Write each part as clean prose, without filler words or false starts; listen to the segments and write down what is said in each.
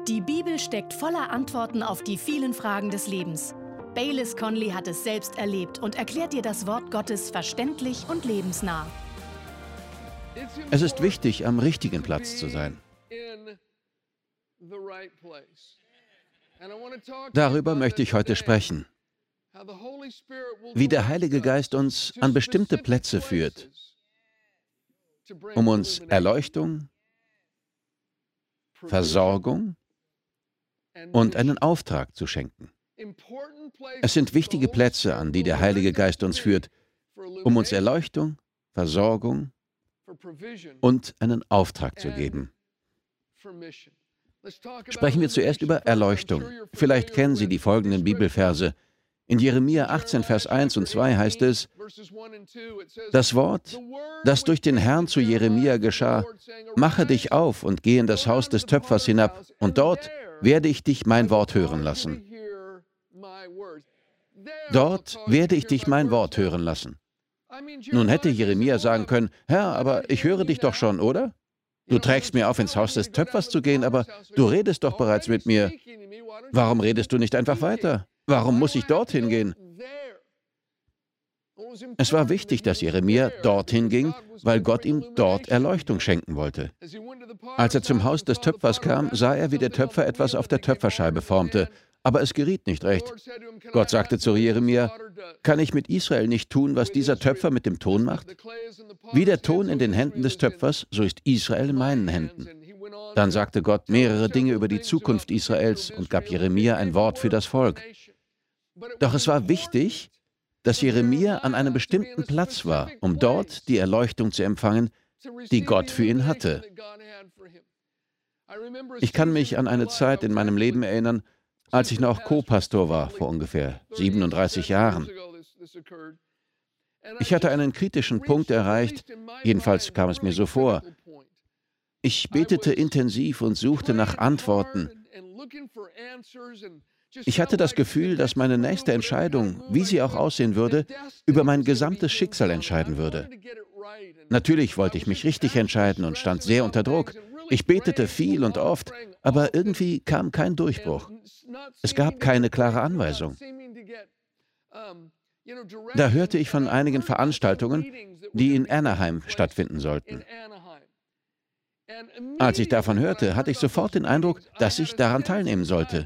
Die Bibel steckt voller Antworten auf die vielen Fragen des Lebens. Baylis Conley hat es selbst erlebt und erklärt dir das Wort Gottes verständlich und lebensnah. Es ist wichtig, am richtigen Platz zu sein. Darüber möchte ich heute sprechen, wie der Heilige Geist uns an bestimmte Plätze führt, um uns Erleuchtung, Versorgung und einen Auftrag zu schenken. Es sind wichtige Plätze, an die der Heilige Geist uns führt, um uns Erleuchtung, Versorgung und einen Auftrag zu geben. Sprechen wir zuerst über Erleuchtung. Vielleicht kennen Sie die folgenden Bibelverse. In Jeremia 18, Vers 1 und 2 heißt es, das Wort, das durch den Herrn zu Jeremia geschah, mache dich auf und geh in das Haus des Töpfers hinab, und dort werde ich dich mein Wort hören lassen. Dort werde ich dich mein Wort hören lassen. Nun hätte Jeremia sagen können, Herr, aber ich höre dich doch schon, oder? Du trägst mir auf, ins Haus des Töpfers zu gehen, aber du redest doch bereits mit mir. Warum redest du nicht einfach weiter? Warum muss ich dorthin gehen? Es war wichtig, dass Jeremia dorthin ging, weil Gott ihm dort Erleuchtung schenken wollte. Als er zum Haus des Töpfers kam, sah er, wie der Töpfer etwas auf der Töpferscheibe formte, aber es geriet nicht recht. Gott sagte zu Jeremia, kann ich mit Israel nicht tun, was dieser Töpfer mit dem Ton macht? Wie der Ton in den Händen des Töpfers, so ist Israel in meinen Händen. Dann sagte Gott mehrere Dinge über die Zukunft Israels und gab Jeremia ein Wort für das Volk. Doch es war wichtig, dass Jeremia an einem bestimmten Platz war, um dort die Erleuchtung zu empfangen, die Gott für ihn hatte. Ich kann mich an eine Zeit in meinem Leben erinnern, als ich noch Co-Pastor war, vor ungefähr 37 Jahren. Ich hatte einen kritischen Punkt erreicht, jedenfalls kam es mir so vor. Ich betete intensiv und suchte nach Antworten. Ich hatte das Gefühl, dass meine nächste Entscheidung, wie sie auch aussehen würde, über mein gesamtes Schicksal entscheiden würde. Natürlich wollte ich mich richtig entscheiden und stand sehr unter Druck. Ich betete viel und oft, aber irgendwie kam kein Durchbruch. Es gab keine klare Anweisung. Da hörte ich von einigen Veranstaltungen, die in Anaheim stattfinden sollten. Als ich davon hörte, hatte ich sofort den Eindruck, dass ich daran teilnehmen sollte.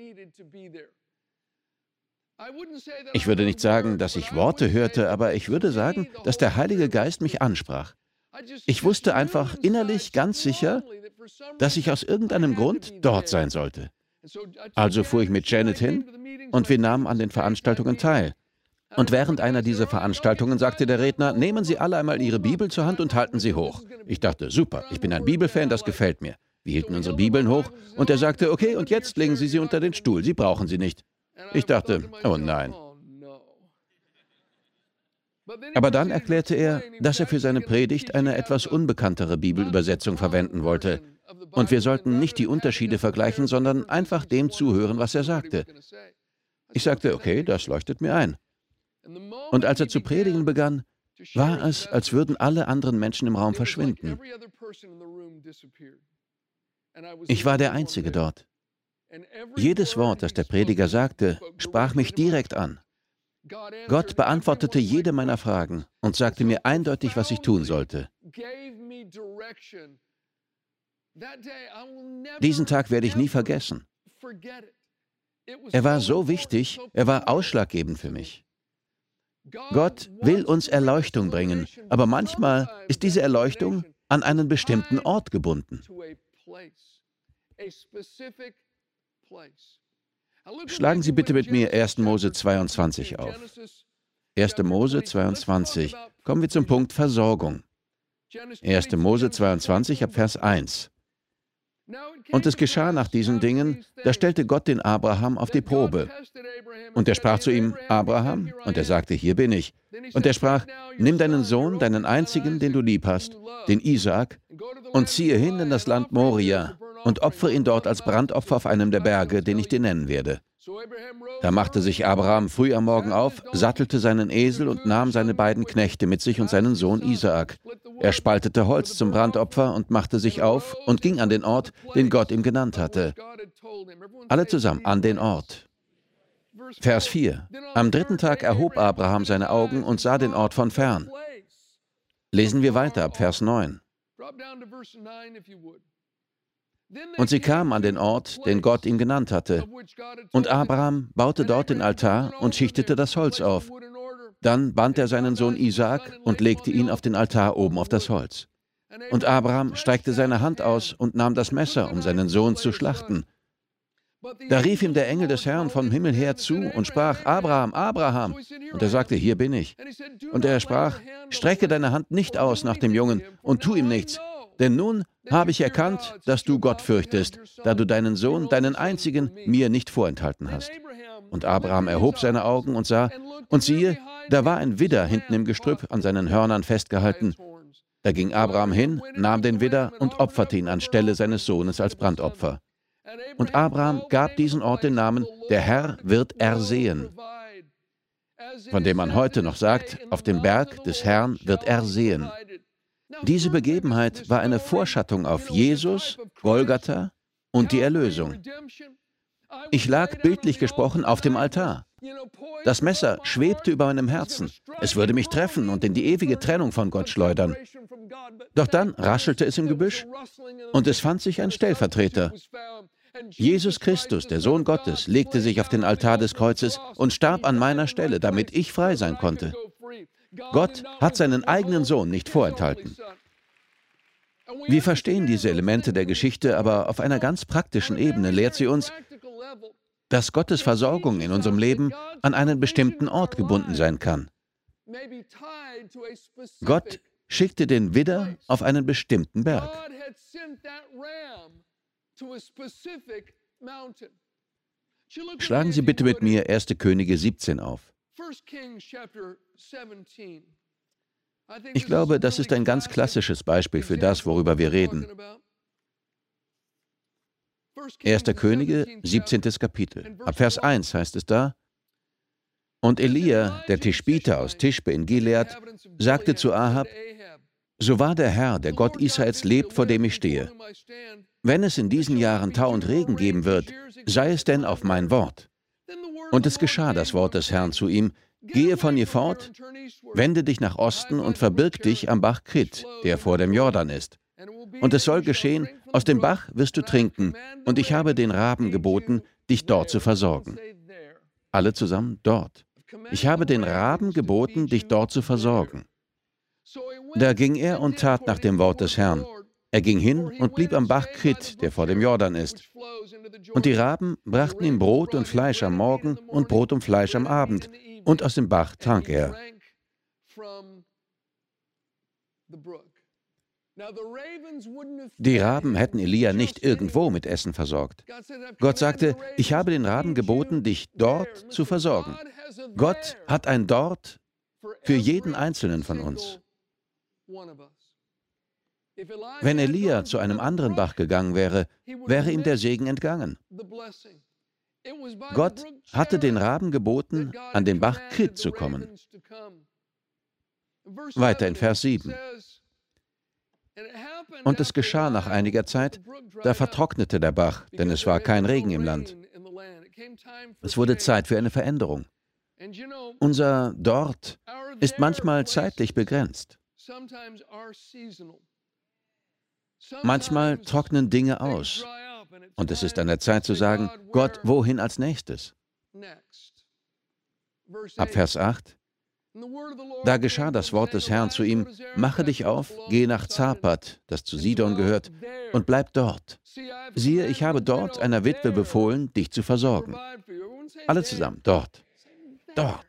Ich würde nicht sagen, dass ich Worte hörte, aber ich würde sagen, dass der Heilige Geist mich ansprach. Ich wusste einfach innerlich ganz sicher, dass ich aus irgendeinem Grund dort sein sollte. Also fuhr ich mit Janet hin und wir nahmen an den Veranstaltungen teil. Und während einer dieser Veranstaltungen sagte der Redner, nehmen Sie alle einmal Ihre Bibel zur Hand und halten sie hoch. Ich dachte, super, ich bin ein Bibelfan, das gefällt mir. Wir hielten unsere Bibeln hoch und er sagte, okay, und jetzt legen Sie sie unter den Stuhl, Sie brauchen sie nicht. Ich dachte, oh nein. Aber dann erklärte er, dass er für seine Predigt eine etwas unbekanntere Bibelübersetzung verwenden wollte. Und wir sollten nicht die Unterschiede vergleichen, sondern einfach dem zuhören, was er sagte. Ich sagte, okay, das leuchtet mir ein. Und als er zu predigen begann, war es, als würden alle anderen Menschen im Raum verschwinden. Ich war der Einzige dort. Jedes Wort, das der Prediger sagte, sprach mich direkt an. Gott beantwortete jede meiner Fragen und sagte mir eindeutig, was ich tun sollte. Diesen Tag werde ich nie vergessen. Er war so wichtig, er war ausschlaggebend für mich. Gott will uns Erleuchtung bringen, aber manchmal ist diese Erleuchtung an einen bestimmten Ort gebunden. Schlagen Sie bitte mit mir 1. Mose 22 auf. 1. Mose 22. Kommen wir zum Punkt Versorgung. 1. Mose 22 ab Vers 1. Und es geschah nach diesen Dingen, da stellte Gott den Abraham auf die Probe. Und er sprach zu ihm, Abraham, und er sagte, hier bin ich. Und er sprach, nimm deinen Sohn, deinen einzigen, den du lieb hast, den Isaak, und ziehe hin in das Land Moria und opfere ihn dort als Brandopfer auf einem der Berge, den ich dir nennen werde. Da machte sich Abraham früh am Morgen auf, sattelte seinen Esel und nahm seine beiden Knechte mit sich und seinen Sohn Isaak. Er spaltete Holz zum Brandopfer und machte sich auf und ging an den Ort, den Gott ihm genannt hatte. Alle zusammen, an den Ort. Vers 4. Am dritten Tag erhob Abraham seine Augen und sah den Ort von fern. Lesen wir weiter ab Vers 9. Und sie kamen an den Ort, den Gott ihm genannt hatte. Und Abraham baute dort den Altar und schichtete das Holz auf. Dann band er seinen Sohn Isaak und legte ihn auf den Altar oben auf das Holz. Und Abraham streckte seine Hand aus und nahm das Messer, um seinen Sohn zu schlachten. Da rief ihm der Engel des Herrn vom Himmel her zu und sprach: Abraham, Abraham. Und er sagte: Hier bin ich. Und er sprach: Strecke deine Hand nicht aus nach dem Jungen und tu ihm nichts. Denn nun habe ich erkannt, dass du Gott fürchtest, da du deinen Sohn, deinen einzigen, mir nicht vorenthalten hast. Und Abraham erhob seine Augen und sah, und siehe, da war ein Widder hinten im Gestrüpp an seinen Hörnern festgehalten. Da ging Abraham hin, nahm den Widder und opferte ihn anstelle seines Sohnes als Brandopfer. Und Abraham gab diesen Ort den Namen: Der Herr wird ersehen. Von dem man heute noch sagt: Auf dem Berg des Herrn wird ersehen. Diese Begebenheit war eine Vorschattung auf Jesus, Golgatha und die Erlösung. Ich lag, bildlich gesprochen, auf dem Altar. Das Messer schwebte über meinem Herzen. Es würde mich treffen und in die ewige Trennung von Gott schleudern. Doch dann raschelte es im Gebüsch und es fand sich ein Stellvertreter. Jesus Christus, der Sohn Gottes, legte sich auf den Altar des Kreuzes und starb an meiner Stelle, damit ich frei sein konnte. Gott hat seinen eigenen Sohn nicht vorenthalten. Wir verstehen diese Elemente der Geschichte, aber auf einer ganz praktischen Ebene lehrt sie uns, dass Gottes Versorgung in unserem Leben an einen bestimmten Ort gebunden sein kann. Gott schickte den Widder auf einen bestimmten Berg. Schlagen Sie bitte mit mir 1. Könige 17 auf. Ich glaube, das ist ein ganz klassisches Beispiel für das, worüber wir reden. 1. Könige, 17. Kapitel. Ab Vers 1 heißt es da: Und Elia, der Tischbiter aus Tischbe in Gilead, sagte zu Ahab: So wahr der Herr, der Gott Israels, lebt, vor dem ich stehe. Wenn es in diesen Jahren Tau und Regen geben wird, sei es denn auf mein Wort. Und es geschah das Wort des Herrn zu ihm: Gehe von ihr fort, wende dich nach Osten und verbirg dich am Bach Krit, der vor dem Jordan ist. Und es soll geschehen, aus dem Bach wirst du trinken, und ich habe den Raben geboten, dich dort zu versorgen. Alle zusammen: dort. Ich habe den Raben geboten, dich dort zu versorgen. Da ging er und tat nach dem Wort des Herrn. Er ging hin und blieb am Bach Krit, der vor dem Jordan ist. Und die Raben brachten ihm Brot und Fleisch am Morgen und Brot und Fleisch am Abend, und aus dem Bach trank er. Die Raben hätten Elia nicht irgendwo mit Essen versorgt. Gott sagte: Ich habe den Raben geboten, dich dort zu versorgen. Gott hat ein Dort für jeden Einzelnen von uns. Wenn Elia zu einem anderen Bach gegangen wäre, wäre ihm der Segen entgangen. Gott hatte den Raben geboten, an den Bach Krit zu kommen. Weiter in Vers 7. Und es geschah nach einiger Zeit, da vertrocknete der Bach, denn es war kein Regen im Land. Es wurde Zeit für eine Veränderung. Unser Dort ist manchmal zeitlich begrenzt. Manchmal trocknen Dinge aus. Und es ist an der Zeit zu sagen: Gott, wohin als nächstes? Ab Vers 8. Da geschah das Wort des Herrn zu ihm: Mache dich auf, geh nach Zapat, das zu Sidon gehört, und bleib dort. Siehe, ich habe dort einer Witwe befohlen, dich zu versorgen. Alle zusammen: dort. Dort.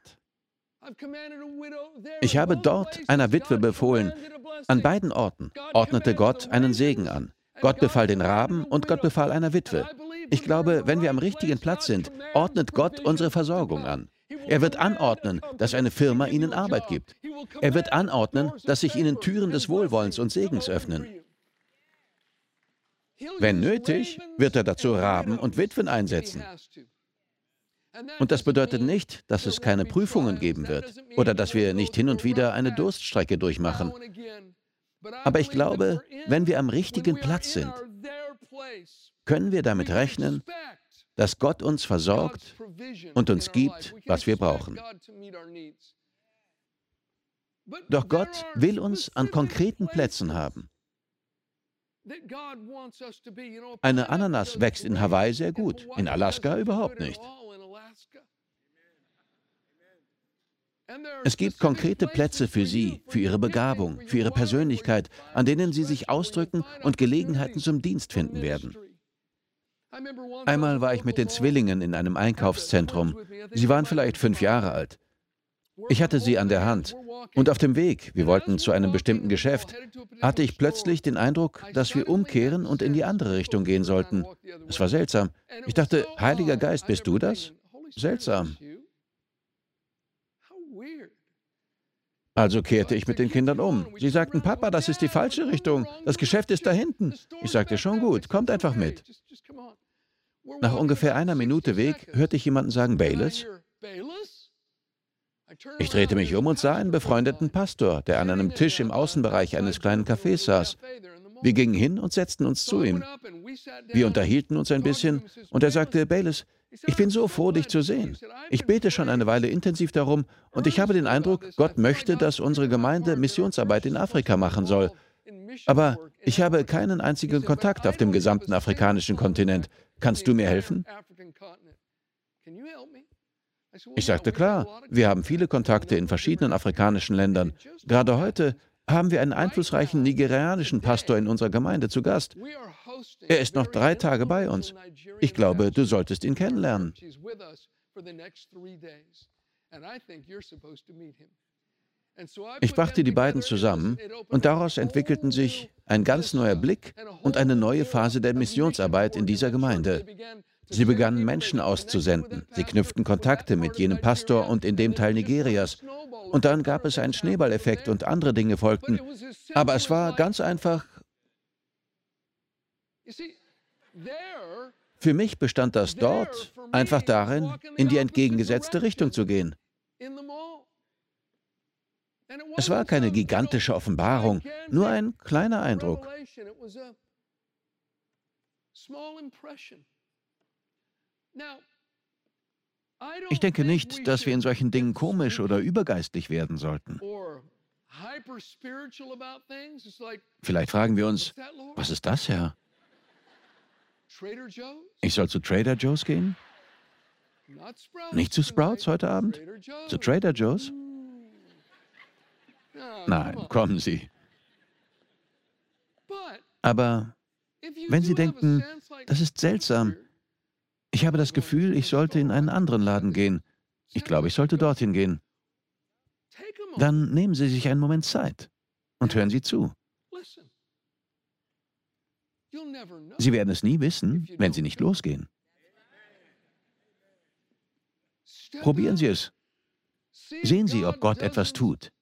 Ich habe dort einer Witwe befohlen. An beiden Orten ordnete Gott einen Segen an. Gott befahl den Raben und Gott befahl einer Witwe. Ich glaube, wenn wir am richtigen Platz sind, ordnet Gott unsere Versorgung an. Er wird anordnen, dass eine Firma ihnen Arbeit gibt. Er wird anordnen, dass sich ihnen Türen des Wohlwollens und Segens öffnen. Wenn nötig, wird er dazu Raben und Witwen einsetzen. Und das bedeutet nicht, dass es keine Prüfungen geben wird oder dass wir nicht hin und wieder eine Durststrecke durchmachen. Aber ich glaube, wenn wir am richtigen Platz sind, können wir damit rechnen, dass Gott uns versorgt und uns gibt, was wir brauchen. Doch Gott will uns an konkreten Plätzen haben. Eine Ananas wächst in Hawaii sehr gut, in Alaska überhaupt nicht. Es gibt konkrete Plätze für Sie, für Ihre Begabung, für Ihre Persönlichkeit, an denen Sie sich ausdrücken und Gelegenheiten zum Dienst finden werden. Einmal war ich mit den Zwillingen in einem Einkaufszentrum. Sie waren vielleicht 5 Jahre alt. Ich hatte sie an der Hand. Und auf dem Weg, wir wollten zu einem bestimmten Geschäft, hatte ich plötzlich den Eindruck, dass wir umkehren und in die andere Richtung gehen sollten. Es war seltsam. Ich dachte, Heiliger Geist, bist du das? Seltsam. Also kehrte ich mit den Kindern um. Sie sagten, Papa, das ist die falsche Richtung. Das Geschäft ist da hinten. Ich sagte, schon gut, kommt einfach mit. Nach ungefähr einer Minute Weg hörte ich jemanden sagen, Bayless? Ich drehte mich um und sah einen befreundeten Pastor, der an einem Tisch im Außenbereich eines kleinen Cafés saß. Wir gingen hin und setzten uns zu ihm. Wir unterhielten uns ein bisschen und er sagte, Bayless, ich bin so froh, dich zu sehen. Ich bete schon eine Weile intensiv darum und ich habe den Eindruck, Gott möchte, dass unsere Gemeinde Missionsarbeit in Afrika machen soll. Aber ich habe keinen einzigen Kontakt auf dem gesamten afrikanischen Kontinent. Kannst du mir helfen? Ich sagte, klar, wir haben viele Kontakte in verschiedenen afrikanischen Ländern. Gerade heute haben wir einen einflussreichen nigerianischen Pastor in unserer Gemeinde zu Gast. Er ist noch 3 Tage bei uns. Ich glaube, du solltest ihn kennenlernen. Ich brachte die beiden zusammen und daraus entwickelten sich ein ganz neuer Blick und eine neue Phase der Missionsarbeit in dieser Gemeinde. Sie begannen Menschen auszusenden. Sie knüpften Kontakte mit jenem Pastor und in dem Teil Nigerias. Und dann gab es einen Schneeballeffekt und andere Dinge folgten. Aber es war ganz einfach. Für mich bestand das dort einfach darin, in die entgegengesetzte Richtung zu gehen. Es war keine gigantische Offenbarung, nur ein kleiner Eindruck. Ich denke nicht, dass wir in solchen Dingen komisch oder übergeistlich werden sollten. Vielleicht fragen wir uns, was ist das, Herr? Ich soll zu Trader Joe's gehen? Nicht zu Sprouts heute Abend? Zu Trader Joe's? Nein, kommen Sie. Aber wenn Sie denken, das ist seltsam, ich habe das Gefühl, ich sollte in einen anderen Laden gehen. Ich glaube, ich sollte dorthin gehen. Dann nehmen Sie sich einen Moment Zeit und hören Sie zu. Sie werden es nie wissen, wenn Sie nicht losgehen. Probieren Sie es. Sehen Sie, ob Gott etwas tut.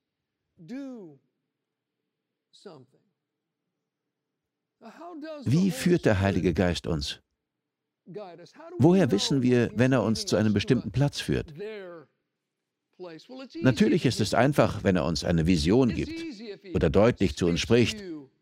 Wie führt der Heilige Geist uns? Woher wissen wir, wenn er uns zu einem bestimmten Platz führt? Natürlich ist es einfach, wenn er uns eine Vision gibt oder deutlich zu uns spricht.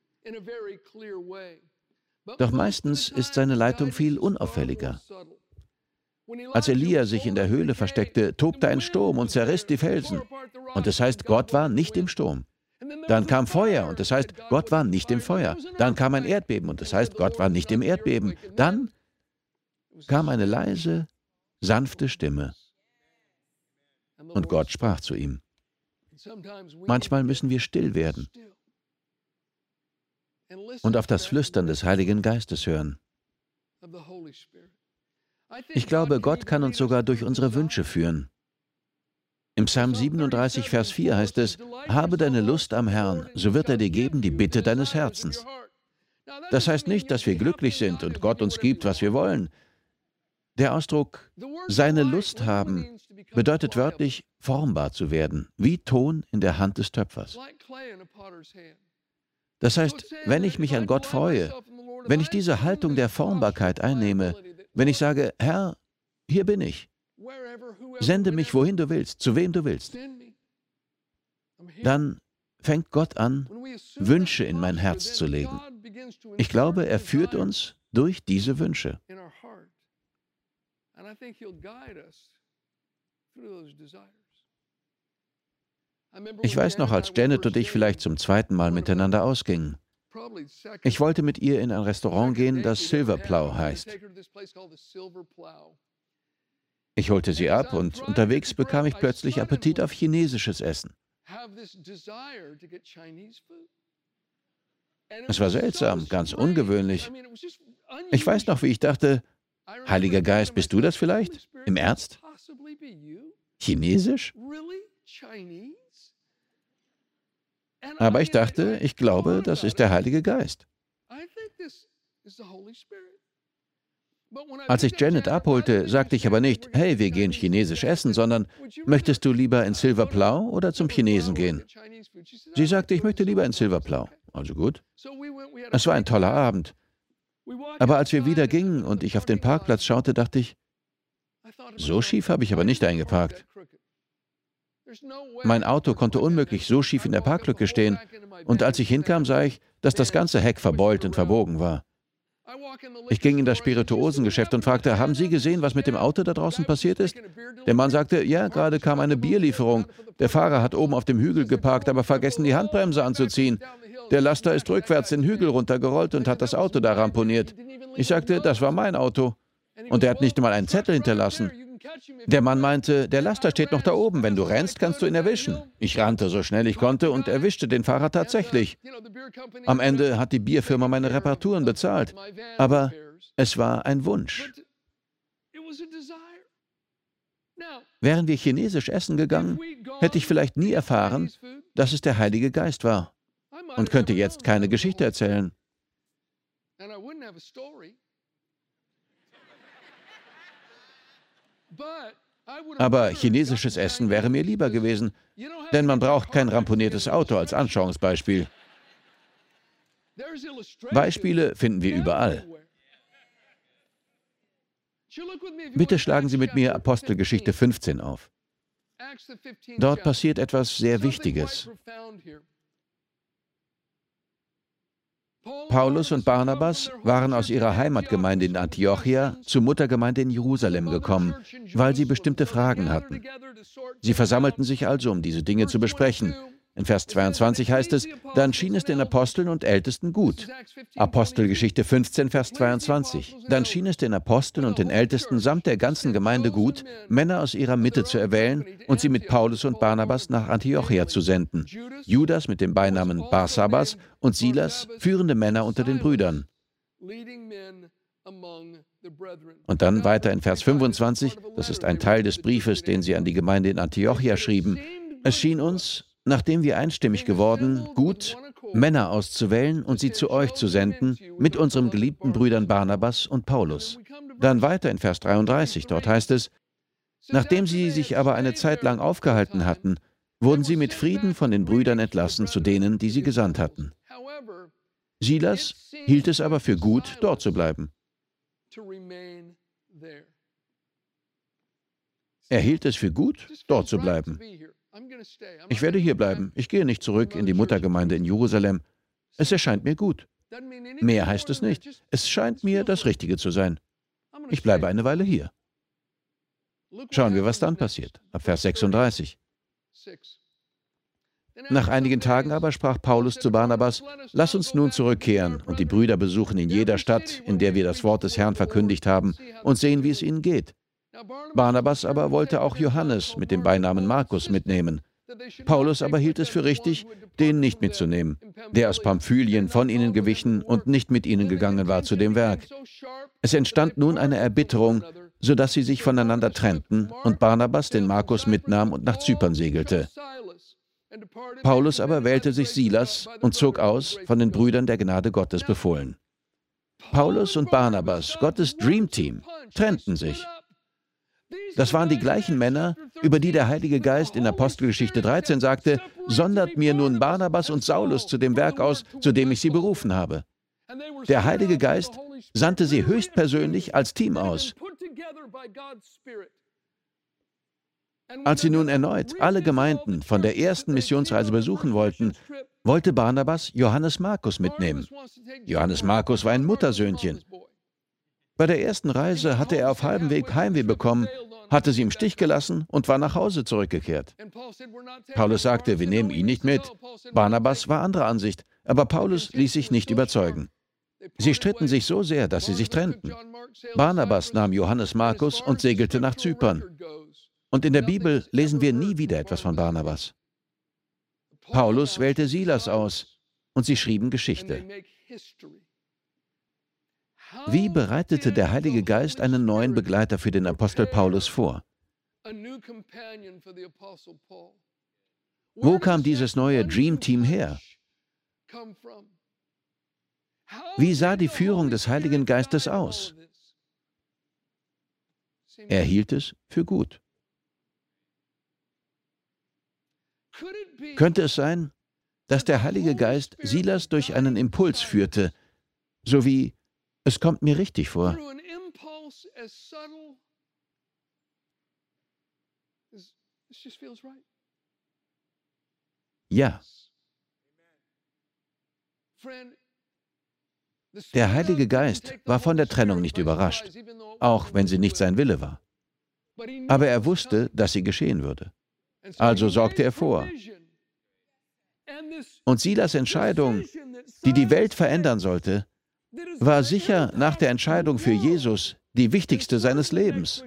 Doch meistens ist seine Leitung viel unauffälliger. Als Elia sich in der Höhle versteckte, tobte ein Sturm und zerriss die Felsen. Und es heißt, Gott war nicht im Sturm. Dann kam Feuer und es heißt, Gott war nicht im Feuer. Dann kam ein Erdbeben und es heißt, Gott war nicht im Erdbeben. Dann kam eine leise, sanfte Stimme und Gott sprach zu ihm. Manchmal müssen wir still werden und auf das Flüstern des Heiligen Geistes hören. Ich glaube, Gott kann uns sogar durch unsere Wünsche führen. Im Psalm 37, Vers 4 heißt es, habe deine Lust am Herrn, so wird er dir geben die Bitte deines Herzens. Das heißt nicht, dass wir glücklich sind und Gott uns gibt, was wir wollen. Der Ausdruck seine Lust haben bedeutet wörtlich, formbar zu werden, wie Ton in der Hand des Töpfers. Das heißt, wenn ich mich an Gott freue, wenn ich diese Haltung der Formbarkeit einnehme, wenn ich sage, Herr, hier bin ich, Sende mich, wohin du willst, zu wem du willst. Dann fängt Gott an, Wünsche in mein Herz zu legen. Ich glaube, er führt uns durch diese Wünsche. Ich weiß noch, als Janet und ich vielleicht zum zweiten Mal miteinander ausgingen. Ich wollte mit ihr in ein Restaurant gehen, das Silver Plow heißt. Ich holte sie ab und unterwegs bekam ich plötzlich Appetit auf chinesisches Essen. Es war seltsam, ganz ungewöhnlich. Ich weiß noch, wie ich dachte, Heiliger Geist, bist du das vielleicht? Im Ernst? Chinesisch? Aber ich dachte, ich glaube, das ist der Heilige Geist. Als ich Janet abholte, sagte ich aber nicht, hey, wir gehen chinesisch essen, sondern möchtest du lieber in Silver Plow oder zum Chinesen gehen? Sie sagte, ich möchte lieber in Silver Plow. Also gut. Es war ein toller Abend. Aber als wir wieder gingen und ich auf den Parkplatz schaute, dachte ich, so schief habe ich aber nicht eingeparkt. Mein Auto konnte unmöglich so schief in der Parklücke stehen, und als ich hinkam, sah ich, dass das ganze Heck verbeult und verbogen war. Ich ging in das Spirituosengeschäft und fragte, haben Sie gesehen, was mit dem Auto da draußen passiert ist? Der Mann sagte, ja, gerade kam eine Bierlieferung. Der Fahrer hat oben auf dem Hügel geparkt, aber vergessen, die Handbremse anzuziehen. Der Laster ist rückwärts den Hügel runtergerollt und hat das Auto da ramponiert. Ich sagte, das war mein Auto. Und er hat nicht einmal einen Zettel hinterlassen. Der Mann meinte, der Laster steht noch da oben. Wenn du rennst, kannst du ihn erwischen. Ich rannte so schnell ich konnte und erwischte den Fahrer tatsächlich. Am Ende hat die Bierfirma meine Reparaturen bezahlt. Aber es war ein Wunsch. Wären wir chinesisch essen gegangen, hätte ich vielleicht nie erfahren, dass es der Heilige Geist war und könnte jetzt keine Geschichte erzählen. Aber chinesisches Essen wäre mir lieber gewesen, denn man braucht kein ramponiertes Auto als Anschauungsbeispiel. Beispiele finden wir überall. Bitte schlagen Sie mit mir Apostelgeschichte 15 auf. Dort passiert etwas sehr Wichtiges. Paulus und Barnabas waren aus ihrer Heimatgemeinde in Antiochia zur Muttergemeinde in Jerusalem gekommen, weil sie bestimmte Fragen hatten. Sie versammelten sich also, um diese Dinge zu besprechen. In Vers 22 heißt es, dann schien es den Aposteln und Ältesten gut. Apostelgeschichte 15, Vers 22. Dann schien es den Aposteln und den Ältesten samt der ganzen Gemeinde gut, Männer aus ihrer Mitte zu erwählen und sie mit Paulus und Barnabas nach Antiochia zu senden. Judas mit dem Beinamen Barsabas und Silas, führende Männer unter den Brüdern. Und dann weiter in Vers 25, das ist ein Teil des Briefes, den sie an die Gemeinde in Antiochia schrieben. Es schien uns, nachdem wir einstimmig geworden, gut, Männer auszuwählen und sie zu euch zu senden, mit unseren geliebten Brüdern Barnabas und Paulus. Dann weiter in Vers 33, dort heißt es, nachdem sie sich aber eine Zeit lang aufgehalten hatten, wurden sie mit Frieden von den Brüdern entlassen zu denen, die sie gesandt hatten. Silas hielt es aber für gut, dort zu bleiben. Er hielt es für gut, dort zu bleiben. Ich werde hier bleiben. Ich gehe nicht zurück in die Muttergemeinde in Jerusalem. Es erscheint mir gut. Mehr heißt es nicht. Es scheint mir das Richtige zu sein. Ich bleibe eine Weile hier. Schauen wir, was dann passiert. Ab Vers 36. Nach einigen Tagen aber sprach Paulus zu Barnabas, lass uns nun zurückkehren und die Brüder besuchen in jeder Stadt, in der wir das Wort des Herrn verkündigt haben, und sehen, wie es ihnen geht. Barnabas aber wollte auch Johannes mit dem Beinamen Markus mitnehmen. Paulus aber hielt es für richtig, den nicht mitzunehmen, der aus Pamphylien von ihnen gewichen und nicht mit ihnen gegangen war zu dem Werk. Es entstand nun eine Erbitterung, sodass sie sich voneinander trennten und Barnabas den Markus mitnahm und nach Zypern segelte. Paulus aber wählte sich Silas und zog aus, von den Brüdern der Gnade Gottes befohlen. Paulus und Barnabas, Gottes Dream Team, trennten sich. Das waren die gleichen Männer, über die der Heilige Geist in Apostelgeschichte 13 sagte, sondert mir nun Barnabas und Saulus zu dem Werk aus, zu dem ich sie berufen habe. Der Heilige Geist sandte sie höchstpersönlich als Team aus. Als sie nun erneut alle Gemeinden von der ersten Missionsreise besuchen wollten, wollte Barnabas Johannes Markus mitnehmen. Johannes Markus war ein Muttersöhnchen. Bei der ersten Reise hatte er auf halbem Weg Heimweh bekommen, hatte sie im Stich gelassen und war nach Hause zurückgekehrt. Paulus sagte, wir nehmen ihn nicht mit. Barnabas war anderer Ansicht, aber Paulus ließ sich nicht überzeugen. Sie stritten sich so sehr, dass sie sich trennten. Barnabas nahm Johannes Markus und segelte nach Zypern. Und in der Bibel lesen wir nie wieder etwas von Barnabas. Paulus wählte Silas aus und sie schrieben Geschichte. Wie bereitete der Heilige Geist einen neuen Begleiter für den Apostel Paulus vor? Wo kam dieses neue Dream Team her? Wie sah die Führung des Heiligen Geistes aus? Er hielt es für gut. Könnte es sein, dass der Heilige Geist Silas durch einen Impuls führte, so wie es kommt mir richtig vor? Ja. Der Heilige Geist war von der Trennung nicht überrascht, auch wenn sie nicht sein Wille war. Aber er wusste, dass sie geschehen würde. Also sorgte er vor. Und Silas' Entscheidung, die die Welt verändern sollte, war sicher nach der Entscheidung für Jesus die wichtigste seines Lebens.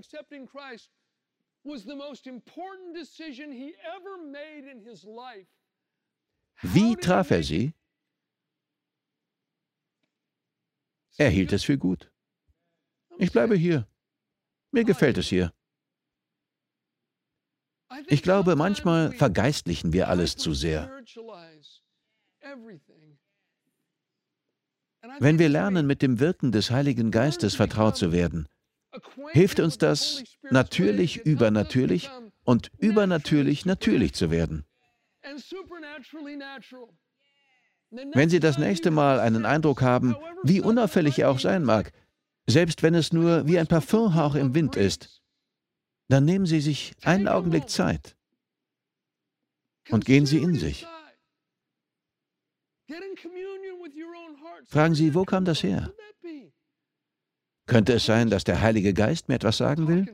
Wie traf er sie? Er hielt es für gut. Ich bleibe hier. Mir gefällt es hier. Ich glaube, manchmal vergeistlichen wir alles zu sehr. Wenn wir lernen, mit dem Wirken des Heiligen Geistes vertraut zu werden, hilft uns das, natürlich übernatürlich und übernatürlich natürlich zu werden. Wenn Sie das nächste Mal einen Eindruck haben, wie unauffällig er auch sein mag, selbst wenn es nur wie ein Parfümhauch im Wind ist, dann nehmen Sie sich einen Augenblick Zeit und gehen Sie in sich. Fragen Sie, wo kam das her? Könnte es sein, dass der Heilige Geist mir etwas sagen will?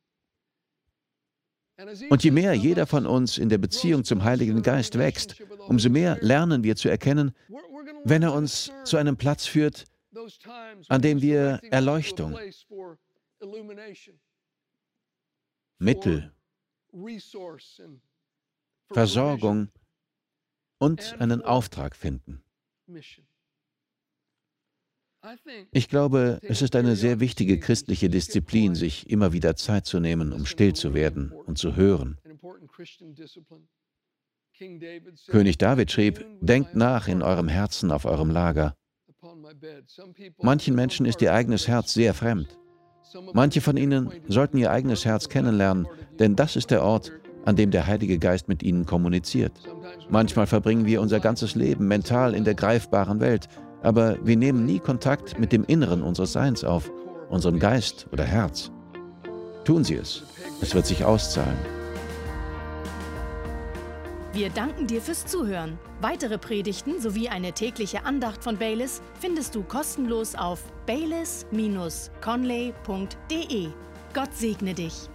Und je mehr jeder von uns in der Beziehung zum Heiligen Geist wächst, umso mehr lernen wir zu erkennen, wenn er uns zu einem Platz führt, an dem wir Erleuchtung, Mittel, Versorgung und einen Auftrag finden. Ich glaube, es ist eine sehr wichtige christliche Disziplin, sich immer wieder Zeit zu nehmen, um still zu werden und zu hören. König David schrieb, denkt nach in eurem Herzen auf eurem Lager. Manchen Menschen ist ihr eigenes Herz sehr fremd. Manche von ihnen sollten ihr eigenes Herz kennenlernen, denn das ist der Ort, an dem der Heilige Geist mit ihnen kommuniziert. Manchmal verbringen wir unser ganzes Leben mental in der greifbaren Welt, aber wir nehmen nie Kontakt mit dem Inneren unseres Seins auf, unserem Geist oder Herz. Tun Sie es. Es wird sich auszahlen. Wir danken dir fürs Zuhören. Weitere Predigten sowie eine tägliche Andacht von Baylis findest du kostenlos auf baylis-conley.de. Gott segne dich.